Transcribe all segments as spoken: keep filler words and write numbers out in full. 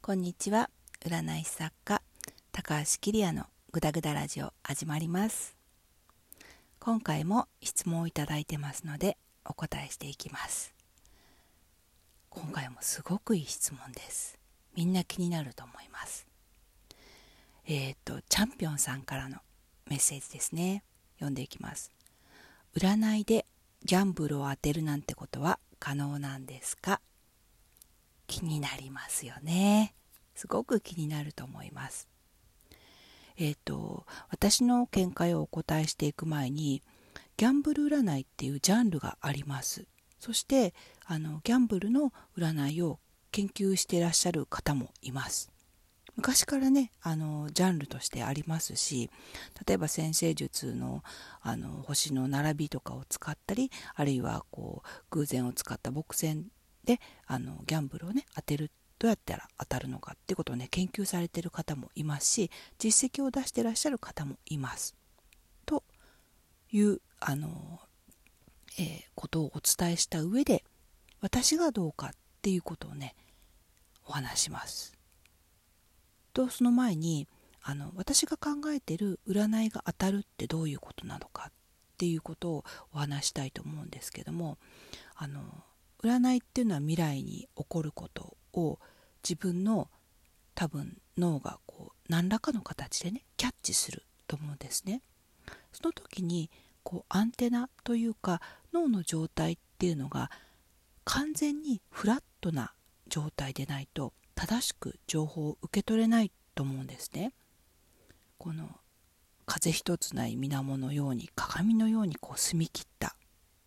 こんにちは。占い師作家高橋キリヤのグダグダラジオ始まります。今回も質問をいただいてますのでお答えしていきます。今回もすごくいい質問です。みんな気になると思います。えっとチャンピオンさんからのメッセージですね。読んでいきます。占いでギャンブルを当てるなんてことは可能なんですか？気になりますよね。すごく気になると思います。えっと、私の見解をお答えしていく前に、ギャンブル占いっていうジャンルがあります。そして、あの、ギャンブルの占いを研究していらっしゃる方もいます。昔からね、あの、ジャンルとしてありますし、例えば占星術の、あの、星の並びとかを使ったり、あるいは、こう、偶然を使った木線で、あの、ギャンブルをね、当てるどうやったら当たるのかっていうことをね研究されている方もいますし、実績を出していらっしゃる方もいますというあの、えー、ことをお伝えした上で、私がどうかっていうことをねお話しますと、その前にあの私が考えている占いが当たるってどういうことなのかっていうことをお話したいと思うんですけども、あの占いっていうのは未来に起こることを自分の多分脳がこう何らかの形でねキャッチすると思うんですね。その時にこうアンテナというか脳の状態っていうのが完全にフラットな状態でないと正しく情報を受け取れないと思うんですね。この風一つない水面のように鏡のようにこう澄み切った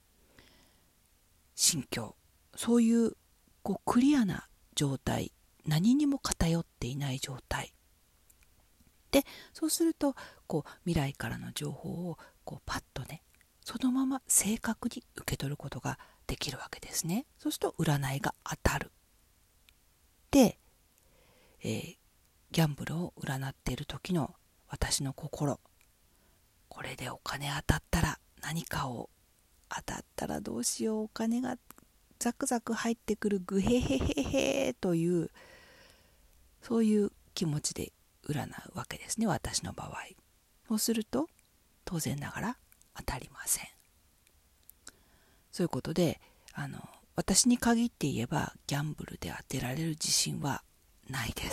心境、そういうこうクリアな状態、何にも偏っていない状態で、そうするとこう未来からの情報をこうパッとねそのまま正確に受け取ることができるわけですね。そうすると占いが当たる。で、えー、ギャンブルを占っている時の私の心、これでお金当たったら何かを当たったらどうしよう、お金がザクザク入ってくる、グヘヘヘヘというそういう気持ちで占うわけですね、私の場合。そうすると当然ながら当たりません。そういうことで、あの私に限って言えばギャンブルで当てられる自信はないです。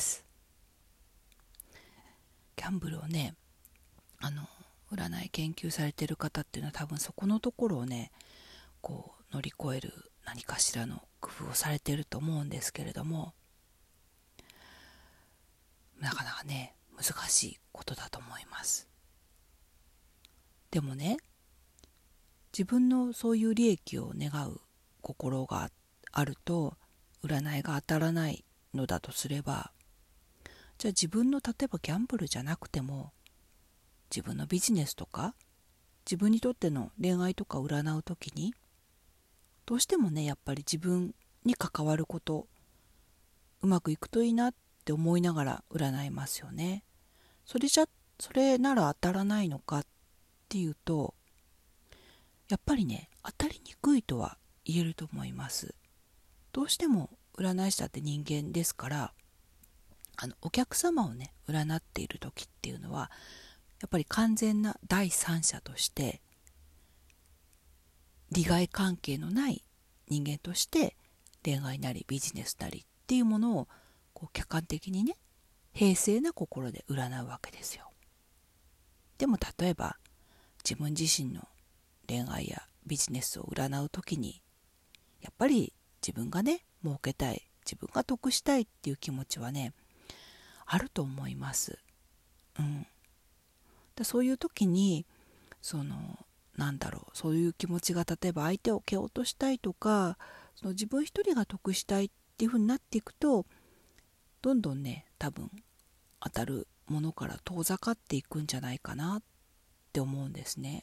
ギャンブルをね、あの占い研究されている方っていうのは多分そこのところをねこう乗り越える何かしらの工夫をされていると思うんですけれども、なかなかね難しいことだと思います。でもね、自分のそういう利益を願う心があると占いが当たらないのだとすれば、じゃあ自分の例えばギャンブルじゃなくても自分のビジネスとか自分にとっての恋愛とかを占うときにどうしてもねやっぱり自分に関わること、うまくいくといいなって思いながら占いますよね。それじゃそれなら当たらないのかっていうと、やっぱりね当たりにくいとは言えると思います。どうしても占い師だって人間ですから、あのお客様をね占っている時っていうのはやっぱり完全な第三者として利害関係のない人間として恋愛なりビジネスなりっていうものをこう客観的にね平静な心で占うわけですよ。でも例えば自分自身の恋愛やビジネスを占う時にやっぱり自分がね儲けたい、自分が得したいっていう気持ちはねあると思います。うん。だそういう時にそのなんだろう、そういう気持ちが例えば相手を蹴落としたいとか、その自分一人が得したいっていう風になっていくと、どんどんね多分当たるものから遠ざかっていくんじゃないかなって思うんですね。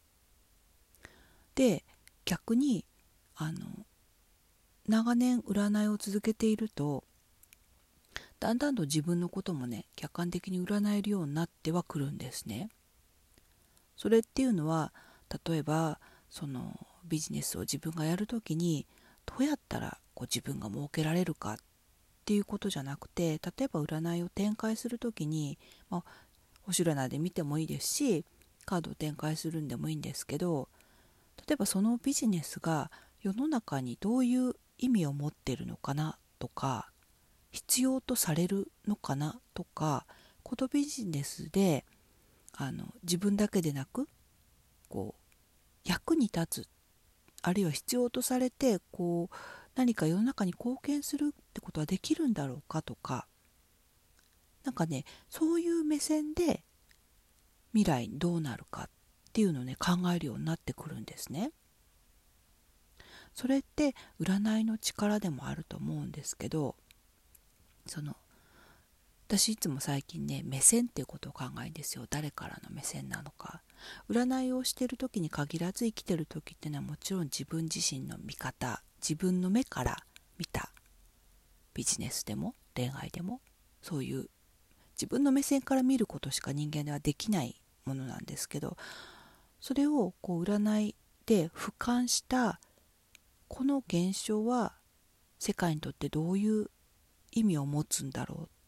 で逆にあの長年占いを続けているとだんだんと自分のこともね客観的に占えるようになってはくるんですね。それっていうのは例えばそのビジネスを自分がやるときにどうやったらこう自分が儲けられるかっっていうことじゃなくて、例えば占いを展開するときに、まあ、星占いで見てもいいですし、カードを展開するんでもいいんですけど、例えばそのビジネスが世の中にどういう意味を持っているのかなとか、必要とされるのかなとか、このビジネスであの自分だけでなくこう役に立つ、あるいは必要とされてこう何か世の中に貢献するってことはできるんだろうかとか、なんかね、そういう目線で未来どうなるかっていうのをね考えるようになってくるんですね。それって占いの力でもあると思うんですけど、その私いつも最近ね、目線っていうことを考えるんですよ。誰からの目線なのか。占いをしてる時に限らず、生きてる時っていうのはもちろん自分自身の見方、自分の目から見たビジネスでも恋愛でも、そういう自分の目線から見ることしか人間ではできないものなんですけど、それをこう占いで俯瞰したこの現象は世界にとってどういう意味を持つんだろうって、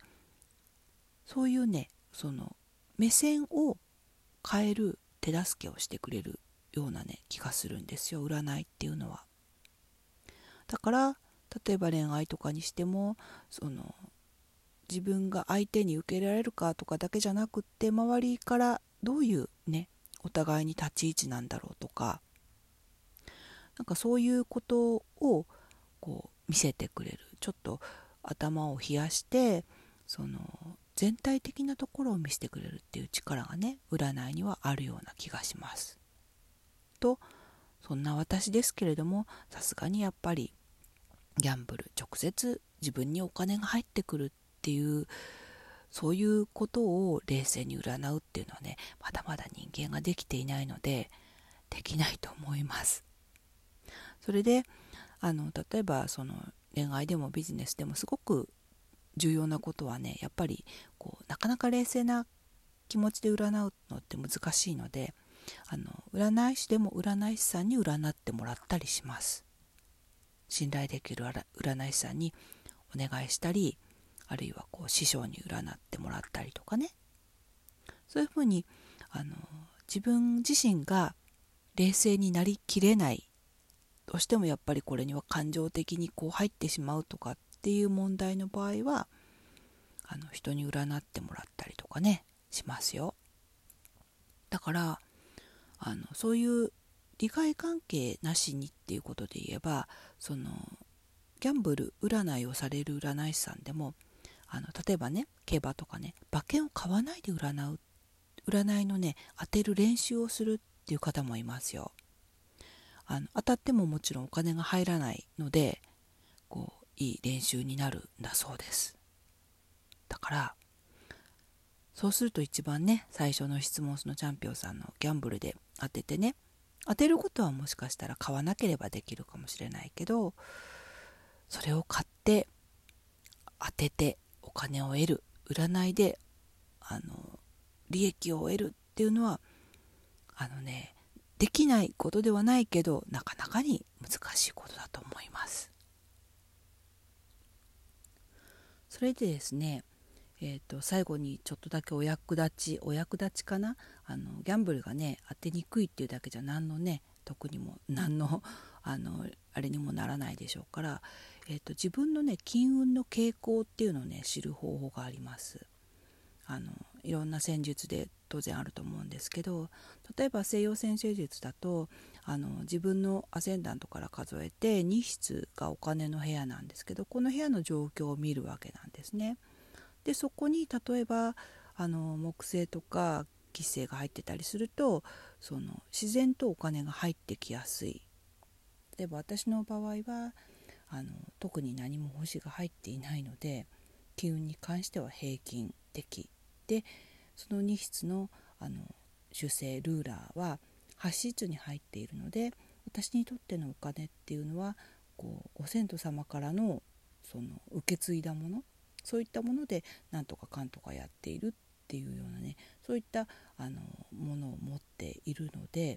そういうね、その目線を変える手助けをしてくれるようなね気がするんですよ、占いっていうのは。だから例えば恋愛とかにしても、その自分が相手に受け入れられるかとかだけじゃなくって、周りからどういうねお互いに立ち位置なんだろうとか、なんかそういうことをこう見せてくれる、ちょっと頭を冷やしてその全体的なところを見せてくれるっていう力がね、占いにはあるような気がします。と、そんな私ですけれども、さすがにやっぱりギャンブル、直接自分にお金が入ってくるっていう、そういうことを冷静に占うっていうのはね、まだまだ人間ができていないのでできないと思います。それであの例えばその恋愛でもビジネスでもすごく重要なことはね、やっぱりこうなかなか冷静な気持ちで占うのって難しいので、あの占い師でも占い師さんに占ってもらったりします。信頼できる占い師さんにお願いしたり、あるいはこう師匠に占ってもらったりとかね、そういうふうにあの自分自身が冷静になりきれない、どうしてもやっぱりこれには感情的にこう入ってしまうとかっていう問題の場合は、あの人に占ってもらったりとかねしますよ。だからあのそういう利害関係なしにっていうことで言えば、そのギャンブル占いをされる占い師さんでも、あの例えばね競馬とかね、馬券を買わないで占う、占いのね当てる練習をするっていう方もいますよ。あの当たってももちろんお金が入らないので、こういい練習になるんだそうです。だからそうすると一番ね、最初の質問のチャンピオンさんのギャンブルで当ててね、当てることはもしかしたら買わなければできるかもしれないけど、それを買って当ててお金を得る、占いであの利益を得るっていうのは、あのねできないことではないけど、なかなかに難しいことだと思います。それでですね、えー、と最後にちょっとだけお役立ちお役立ちかな、あのギャンブルがね当てにくいっていうだけじゃ何のね得にも何のあのあれにもならないでしょうから、えー、と自分のね金運の傾向っていうのをね知る方法があります。あのいろんな戦術で当然あると思うんですけど、例えば西洋占星術だと、あの自分のアセンダントから数えてに室がお金の部屋なんですけど、この部屋の状況を見るわけなんですね。でそこに例えばあの木星とか金星が入ってたりすると、その自然とお金が入ってきやすい。例えば私の場合はあの特に何も星が入っていないので、金運に関しては平均的で、そのに室のあの主星ルーラーははち室に入っているので、私にとってのお金っていうのはこうご先祖様からのその受け継いだもの、そういったものでなんとかかんとかやっているっていうようなね、そういったあのものを持っているので、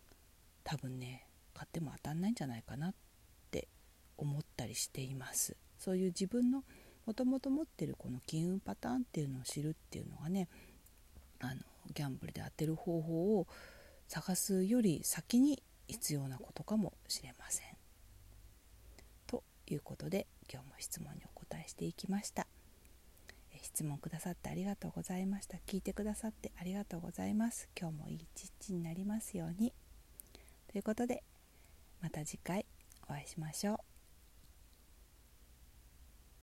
多分ね買っても当たんないんじゃないかなって思ったりしています。 そういう自分のもともと持ってるこの金運パターンっていうのを知るっていうのがね、あのギャンブルで当てる方法を探すより先に必要なことかもしれません。ということで今日も質問にお答えしていきました。質問くださってありがとうございました。聞いてくださってありがとうございます。今日もいい一日になりますように。ということでまた次回お会いしましょう。